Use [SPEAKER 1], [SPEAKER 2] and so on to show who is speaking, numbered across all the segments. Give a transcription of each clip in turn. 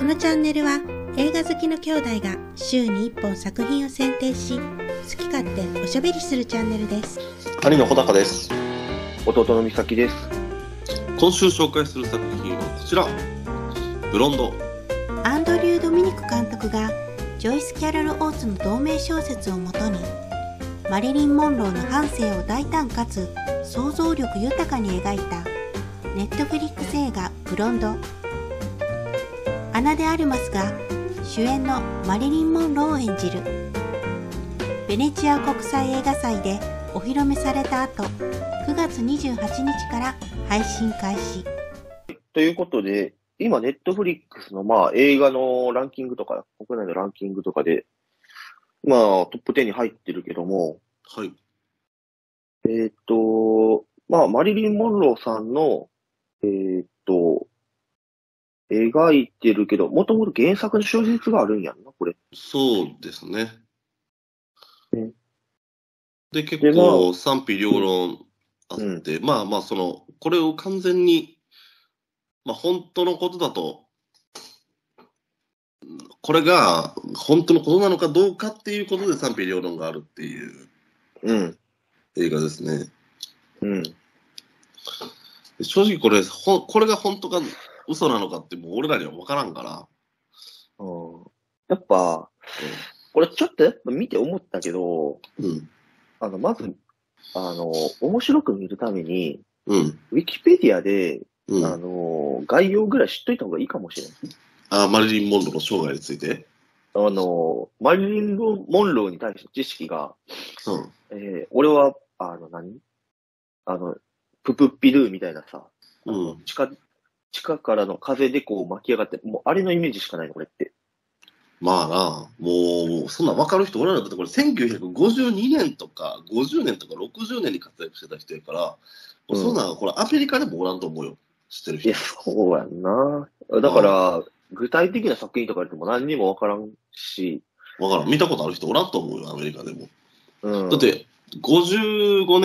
[SPEAKER 1] のチャンネルは映画好きの兄弟が週に1本作品を選定し、好き勝手おしゃべりするチャンネルです。
[SPEAKER 2] 兄の穂高です。
[SPEAKER 3] 弟の美咲です。
[SPEAKER 2] 今週紹介する作品はこちら、ブロンド。
[SPEAKER 1] アンドリュー・ドミニク監督がジョイス・キャロル・オーツの同名小説をもとに、マリリン・モンローの半生を大胆かつ想像力豊かに描いたネットフリックス映画ブロンド。アナ・デ・アルマスが主演のマリリン・モンローを演じる。ベネチア国際映画祭でお披露目された後、9月28日から配信開始。
[SPEAKER 3] ということで、今ネットフリックスの映画のランキングとか、国内のランキングとかで、トップ10に入ってるけども、
[SPEAKER 2] はい。
[SPEAKER 3] マリリン・モンローさんの、描いてるけど、もともと原作の小説があるんやんな、これ。
[SPEAKER 2] そうですね。で、結
[SPEAKER 3] で
[SPEAKER 2] 構賛否両論あって、これを完全に、本当のことだと、これが本当のことなのかどうかっていうことで賛否両論があるっていう映画ですね。正直これが本当か嘘なのかってもう俺らには分からんから。
[SPEAKER 3] やっぱ、これちょっとやっぱ見て思ったけど、まず、面白く見るために、ウィキペディアで、概要ぐらい知っといた方がいいかもしれない。
[SPEAKER 2] マリリン・モンローの生涯について
[SPEAKER 3] マリリン・モンローに対して知識が、俺は、ププッピルーみたいなさ、地下からの風でこう巻き上がって、もうあれのイメージしかないの、これって。
[SPEAKER 2] まあな、もう、そんなん分かる人おらなくて、これ1952年とか50年とか60年に活躍してた人やから、そんなん、これアメリカでもおらんと思うよ、知ってる人。
[SPEAKER 3] いや、そうやんな。だから、具体的な作品とか言っても何にも分からんし。
[SPEAKER 2] 分からん。見たことある人おらんと思うよ、アメリカでも。だって、50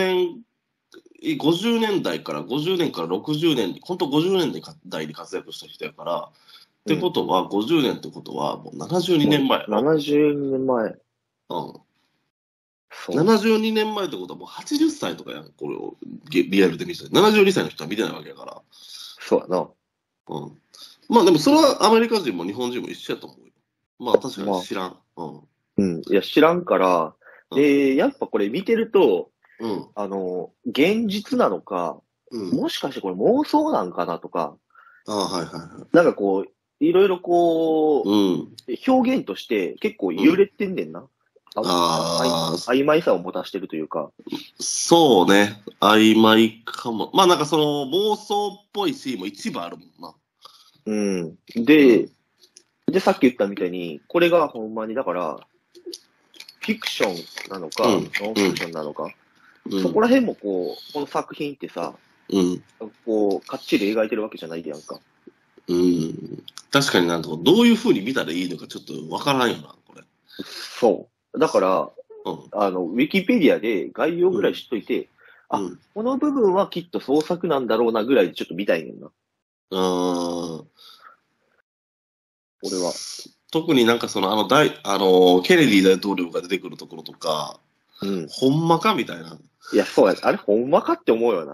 [SPEAKER 2] 年代から50年から60年、本当50年代に活躍した人やから、ってことは、50年ってことは、もう72年前。
[SPEAKER 3] 72年前。
[SPEAKER 2] 72年前ってことは、もう80歳とかやん、これをリアルで見てた。72歳の人は見てないわけやから。
[SPEAKER 3] そうやな。
[SPEAKER 2] でもそれはアメリカ人も日本人も一緒やと思うよ。確かに知らん。
[SPEAKER 3] いや、知らんから、やっぱこれ見てると、現実なのか、もしかしてこれ妄想なんかなとか、なんかこう、いろいろこう、表現として結構揺れてんねんな。曖昧さを持たしてるというか。
[SPEAKER 2] そうね。曖昧かも。なんかその妄想っぽいシーンも一部あるもんな。
[SPEAKER 3] で、さっき言ったみたいに、これがほんまにだから、フィクションなのか、ノンフィクションなのか、そこら辺もこの作品ってさ、こう、かっちり描いてるわけじゃないやんか。
[SPEAKER 2] 確かにどういう風に見たらいいのかちょっとわからんよな、これ。
[SPEAKER 3] そう。だから、ウィキペディアで概要ぐらい知っといて、この部分はきっと創作なんだろうなぐらいでちょっと見たいねんな。俺は。
[SPEAKER 2] 特になんかそのケネディ大統領が出てくるところとか、ほんまかみたいな。
[SPEAKER 3] いや、そうや。あれほんまかって思うよな。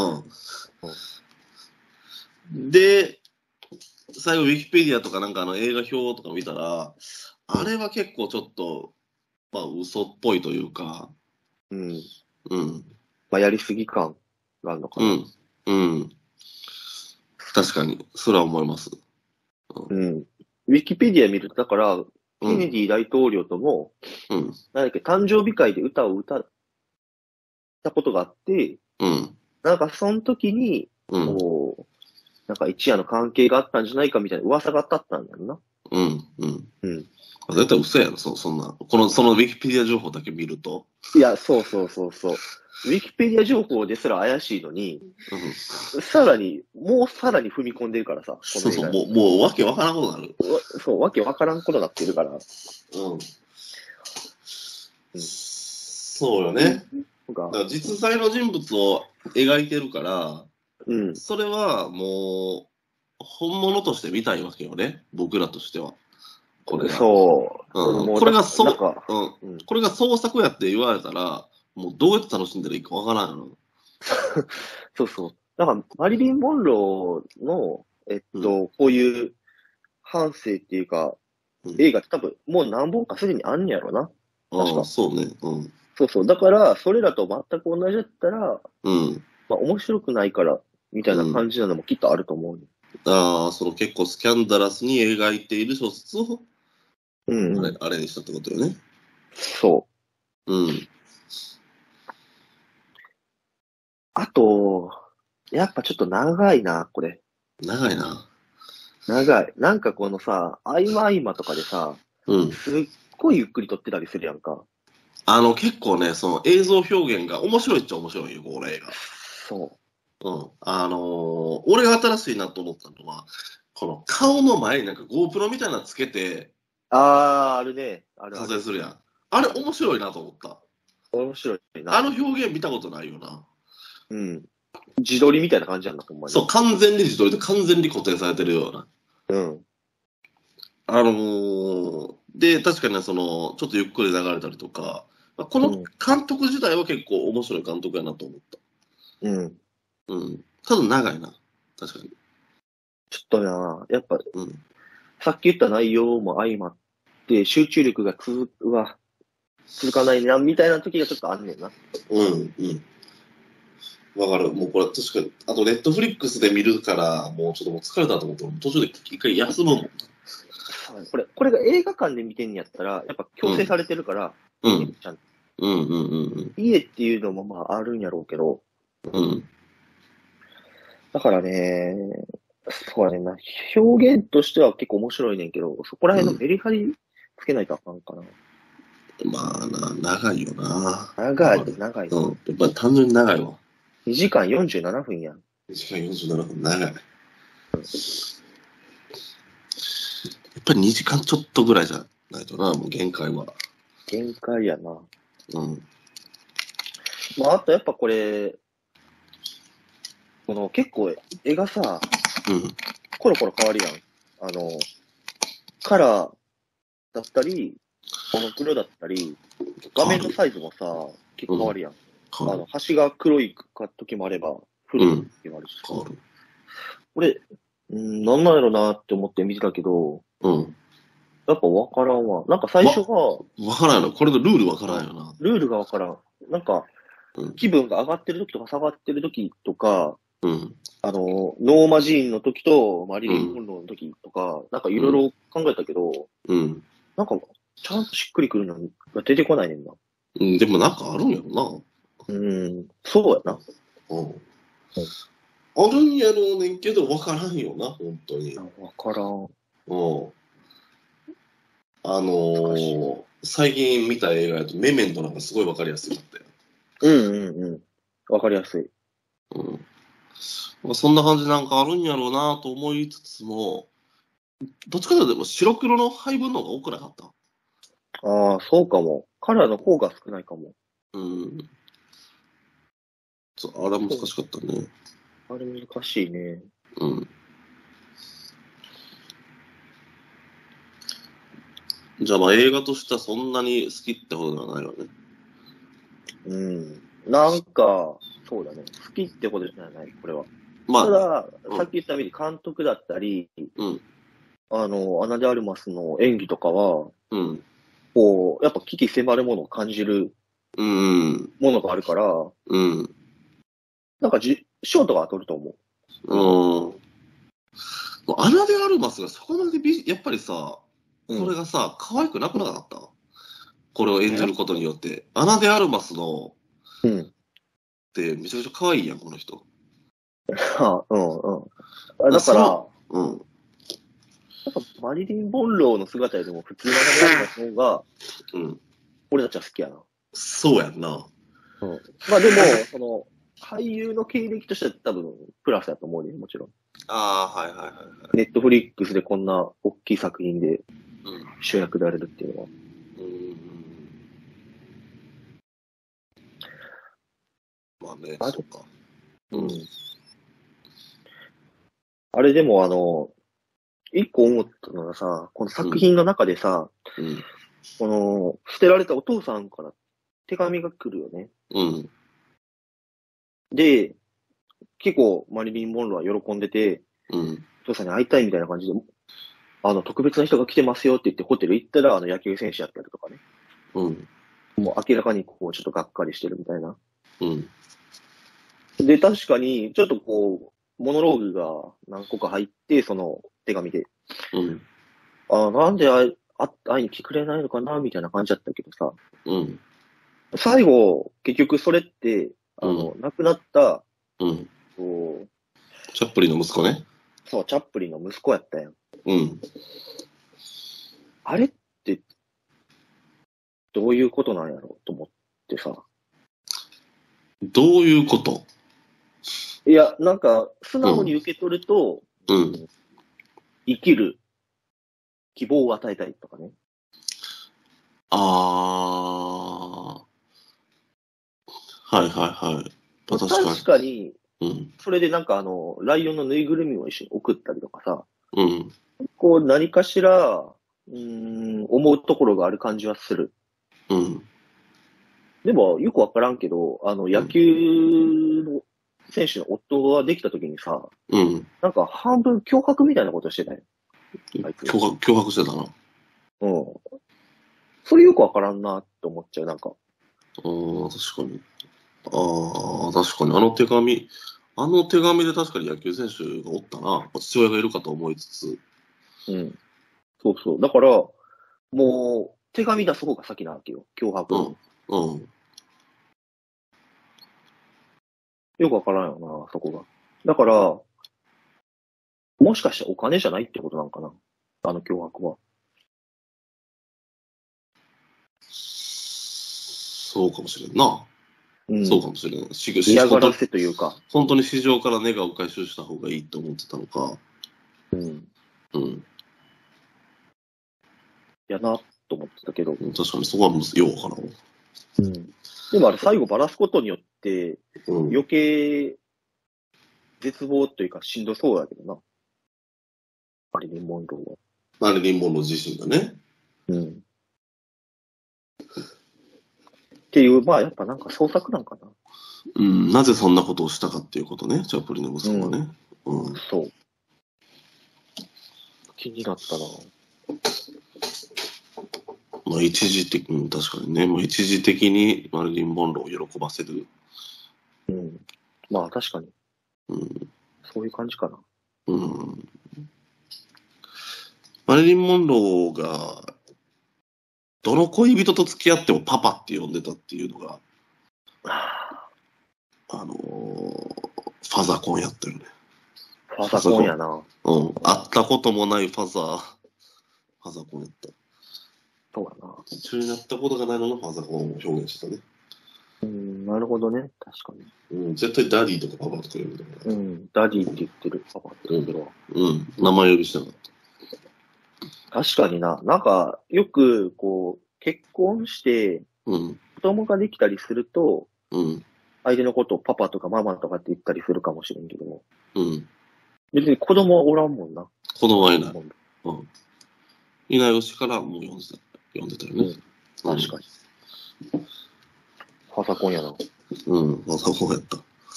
[SPEAKER 2] で、最後ウィキペディアとかなんか映画表とか見たら、あれは結構ちょっと、嘘っぽいというか。
[SPEAKER 3] やりすぎ感があるのかな。
[SPEAKER 2] 確かに、それは思います。
[SPEAKER 3] ウィキペディア見ると、だから、ケネディ大統領とも、誕生日会で歌を歌ったことがあって、なんかその時に、なんか一夜の関係があったんじゃないかみたいな噂が立ったんだよな。
[SPEAKER 2] 絶対嘘やろ、そんな。そのウィキペディア情報だけ見ると。
[SPEAKER 3] いや、そう。ウィキペディア情報ですら怪しいのに、さらに踏み込んでるからさ。
[SPEAKER 2] そう、もうわけわからんことになる。
[SPEAKER 3] そう、わけわからんことになってるから。
[SPEAKER 2] そうよね。だから実在の人物を描いてるから、それはも本物として見たいわけよね、僕らとしては。これが。
[SPEAKER 3] そう。
[SPEAKER 2] これがこれが創作やって言われたら、もうどうやって楽しんでるいいかわからんよな。
[SPEAKER 3] そうそう。だから、マリリン・モンローの、こういう半生っていうか、映画って多分もう何本かすでにあんねやろな。確か。
[SPEAKER 2] そうね。
[SPEAKER 3] そうそう。だから、それらと全く同じだったら、まあ面白くないから、みたいな感じなのもきっとあると思う。
[SPEAKER 2] その結構スキャンダラスに描いている小説を、あれにしたってことよね。
[SPEAKER 3] そう。あと、やっぱちょっと長いな、これ。
[SPEAKER 2] 長いな。
[SPEAKER 3] 長い。なんかこのさ、合間合間とかでさ、すっごいゆっくり撮ってたりするやんか。
[SPEAKER 2] 結構ね、その映像表現が面白いっちゃ面白いよ、この映画。
[SPEAKER 3] そう。
[SPEAKER 2] 俺が新しいなと思ったのは、この顔の前になんか GoPro みたいなのつけて、
[SPEAKER 3] あるね。
[SPEAKER 2] 撮影するやん。あれ面白いなと思った。
[SPEAKER 3] 面白いな。
[SPEAKER 2] あの表現見たことないよな。
[SPEAKER 3] 自撮りみたいな感じやんな、ほんまに。
[SPEAKER 2] そう、完全に自撮りで完全に固定されてるような。で、確かにちょっとゆっくり流れたりとか、この監督自体は結構面白い監督やなと思った。ただ長いな。確かに。
[SPEAKER 3] ちょっとな、やっぱ、さっき言った内容も相まって集中力が続かないな、みたいな時がちょっとあんねんな。
[SPEAKER 2] わかる。もうこれ確かに、あとネットフリックスで見るから、もうちょっともう疲れたと思って、途中で一回休むもん。
[SPEAKER 3] これが映画館で見てんやったら、やっぱ強制されてるから、ちゃんと。家っていうのもまああるんやろうけど、だからね、そうやねんな、表現としては結構面白いねんけど、そこら辺のメリハリつけないとあかんかな。
[SPEAKER 2] まあな、長いよな。
[SPEAKER 3] 長い。
[SPEAKER 2] やっぱり単純に長いわ。
[SPEAKER 3] 2時間47分やん。
[SPEAKER 2] 2時間47分、長い。やっぱり2時間ちょっとぐらいじゃないとな、もう限界は。
[SPEAKER 3] 限界やな。まあ、あとやっぱこれ、結構絵がさ、コロコロ変わるやん。カラーだったり、モノクロだったり、画面のサイズもさ、結構変わるやん。端が黒い時もあれば、古い時もあるし。これ、なんなんやろなって思って見てたけど、やっぱわからんわ。なんか最初が、
[SPEAKER 2] わからんのこれのルールわからんよな。
[SPEAKER 3] ルールがわからん。なんか、気分が上がってる時とか下がってる時とか、ノーマジーンの時とマリリン・モンローの時とか、なんかいろいろ考えたけど、なんか、ちゃんとしっくりくるのが出てこないねんな。
[SPEAKER 2] でもなんかあるんやろな。
[SPEAKER 3] そうやな。
[SPEAKER 2] あるんやろうねんけど、わからんよな、本当に。
[SPEAKER 3] わからん。
[SPEAKER 2] 最近見た映画やと、メメントなんかすごいわかりやすかったよ。
[SPEAKER 3] わかりやすい。
[SPEAKER 2] そんな感じなんかあるんやろうなと思いつつも、どっちかというとでも白黒の配分の方が多くなかった。
[SPEAKER 3] ああ、そうかも。カラーの方が少ないかも。
[SPEAKER 2] あれ難しかったね。
[SPEAKER 3] あれ難しいね。
[SPEAKER 2] じゃあまあ映画としてはそんなに好きってほどではないわね。
[SPEAKER 3] なんか、そうだね。好きってことじゃない、これは。ただ、さっき言ったように監督だったり、アナ・デ・アルマスの演技とかは、こう、やっぱ危機迫るものを感じるものがあるから、なんかショートは取ると思う。
[SPEAKER 2] アナ・デ・アルマスがそこまでやっぱりさ、これがさ、可愛くなくなかった、これを演じることによって。アナ・デ・アルマスの、ってめちゃくちゃ可愛いやん、この人。
[SPEAKER 3] だから、やっぱマリリン・モンローの姿よりも普通のアナ・デ・アルマスの方が、俺たちは好きやな。
[SPEAKER 2] そうやんな。
[SPEAKER 3] まあでも、俳優の経歴としては多分、プラスだと思うね、もちろん。ネットフリックスでこんな大きい作品で主役であれるっていうのは。
[SPEAKER 2] まあね、そうか。
[SPEAKER 3] あれでも一個思ったのがさ、この作品の中でさ、この、捨てられたお父さんから手紙が来るよね。で、結構マリリン・モンローは喜んでて、お父さんに会いたいみたいな感じで、特別な人が来てますよって言ってホテル行ったら、野球選手やったりとかね。もう明らかにこう、ちょっとがっかりしてるみたいな。で、確かに、ちょっとこう、モノローグが何個か入って、その手紙で。なんで会いに来てくれないのかなみたいな感じだったけどさ。最後、結局それって、亡くなった、
[SPEAKER 2] チャップリンの息子ね。
[SPEAKER 3] そう、チャップリンの息子やったやん。あれって、どういうことなんやろうと思ってさ。
[SPEAKER 2] どういうこと？
[SPEAKER 3] いや、なんか、素直に受け取ると、生きる希望を与えたいとかね。
[SPEAKER 2] はいはいはい。
[SPEAKER 3] 確かに、それでなんかライオンのぬいぐるみを一緒に送ったりとかさ、こう何かしら、思うところがある感じはする。でも、よくわからんけど、野球の選手の夫ができた時にさ、なんか半分脅迫みたいなことしてたよ。
[SPEAKER 2] 脅迫してたな。
[SPEAKER 3] それよくわからんなって思っちゃう、なんか。
[SPEAKER 2] 確かに。確かに。あの手紙で確かに野球選手がおったな。父親がいるかと思いつつ。
[SPEAKER 3] そうそう。だから、もう、手紙出す方が先なわけよ。脅迫。よくわからんよな、そこが。だから、もしかしてお金じゃないってことなんかな。あの脅迫は。
[SPEAKER 2] そうかもしれんな。そうかもしれん。
[SPEAKER 3] 嫌がらせというか。
[SPEAKER 2] 本当に市場からネガを回収した方がいいと思ってたのか。
[SPEAKER 3] やな、と思ってたけど。
[SPEAKER 2] 確かにそこはようわからん。
[SPEAKER 3] でもあれ最後ばらすことによって、余計、絶望というかしんどそうだけどな。マリリン・モンローは。
[SPEAKER 2] マリリン・モンロー自身がね。
[SPEAKER 3] っていう、まあやっぱなんか創作なんかな。
[SPEAKER 2] なぜそんなことをしたかっていうことね、チャップリンの息子がね。
[SPEAKER 3] そう。気になったな。
[SPEAKER 2] まあ一時的に、確かにね、一時的にマリリン・モンローを喜ばせる。
[SPEAKER 3] まあ確かに。そういう感じかな。
[SPEAKER 2] マリリン・モンローが、どの恋人と付き合ってもパパって呼んでたっていうのが、ファザコンやったよね。
[SPEAKER 3] ファザコンやな。
[SPEAKER 2] 会ったこともないファザコンやった。
[SPEAKER 3] そうやな。
[SPEAKER 2] 一緒になったことがないののファザコンを表現してたね。
[SPEAKER 3] なるほどね。確か
[SPEAKER 2] に。絶対ダディとかパパとか呼ぶとか。
[SPEAKER 3] ダディって言ってる。パパって言ってるわ。
[SPEAKER 2] 名前呼びしてなかった。
[SPEAKER 3] 確かにな。なんか、よく、こう、結婚して、子供ができたりすると、相手のことをパパとかママとかって言ったりするかもしれんけども。別に子供はおらんもんな。
[SPEAKER 2] 子供はいない。いないうちからもう呼んでたよね。
[SPEAKER 3] 確かに。ファザコンやな。
[SPEAKER 2] ファザコンやった。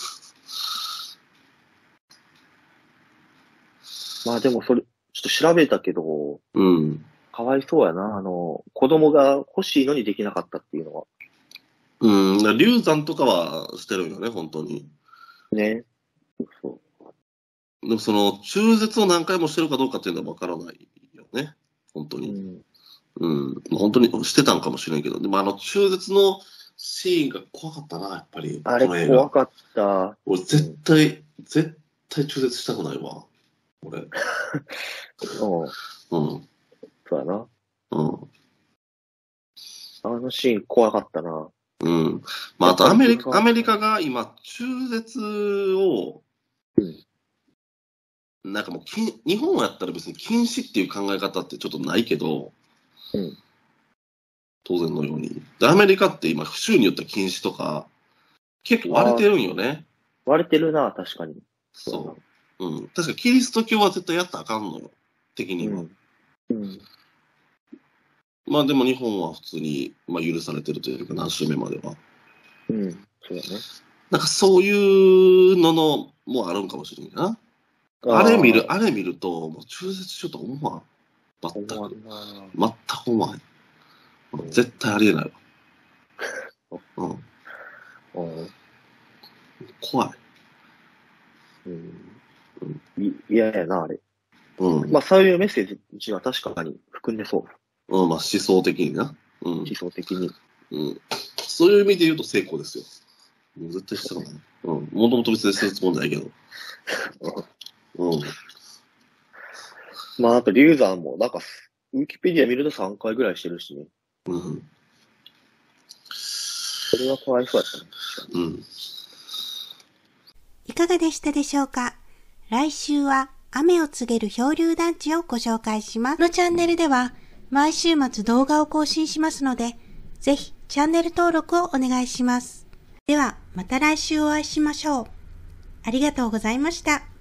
[SPEAKER 3] まあでもそれ、ちょっと調べたけど、かわいそうやな。子供が欲しいのにできなかったっていうのは。
[SPEAKER 2] 流産とかはしてるよね、本当に。
[SPEAKER 3] ね。
[SPEAKER 2] そう。でもその、中絶を何回もしてるかどうかっていうのはわからないよね。本当に。本当にしてたんかもしれんけど、でも中絶のシーンが怖かったな、やっぱり。
[SPEAKER 3] あれ怖かった。
[SPEAKER 2] 俺絶対中絶したくないわ。俺。
[SPEAKER 3] そうやな。あのシーン怖かったな。
[SPEAKER 2] まあ、あとアメリカが今、中絶を、なんかもう日本やったら別に禁止っていう考え方ってちょっとないけど、当然のように。で、アメリカって今、州によっては禁止とか、結構割れてるんよね。
[SPEAKER 3] 割れてるな、確かに。
[SPEAKER 2] そうん。確かキリスト教は絶対やったらあかんのよ。的には。うん。まあでも日本は普通に、まあ、許されてるというか、何週目までは。
[SPEAKER 3] うん。そうだね。
[SPEAKER 2] なんかそういうのもあるんかもしれんな。あれ見ると、もう中絶しようと思わん。全く。全く思わん。絶対ありえないわ。うん。怖い。
[SPEAKER 3] 嫌やな、あれ。うん。まあ、そういうメッセージは確かに含んでそう。
[SPEAKER 2] うん、まあ思想的にな。
[SPEAKER 3] うん。思想的に。
[SPEAKER 2] うん。そういう意味で言うと成功ですよ。もう絶対してたかな。うん。もともと別にするつもりないけど。うん。
[SPEAKER 3] まあ、あと、流産も、なんか、ウィキペディア見ると3回ぐらいしてるしね。うん。それはかわいそうやったね。うん。
[SPEAKER 1] いかがでしたでしょうか？来週は雨を告げる漂流団地をご紹介します。このチャンネルでは毎週末動画を更新しますので、ぜひチャンネル登録をお願いします。ではまた来週お会いしましょう。ありがとうございました。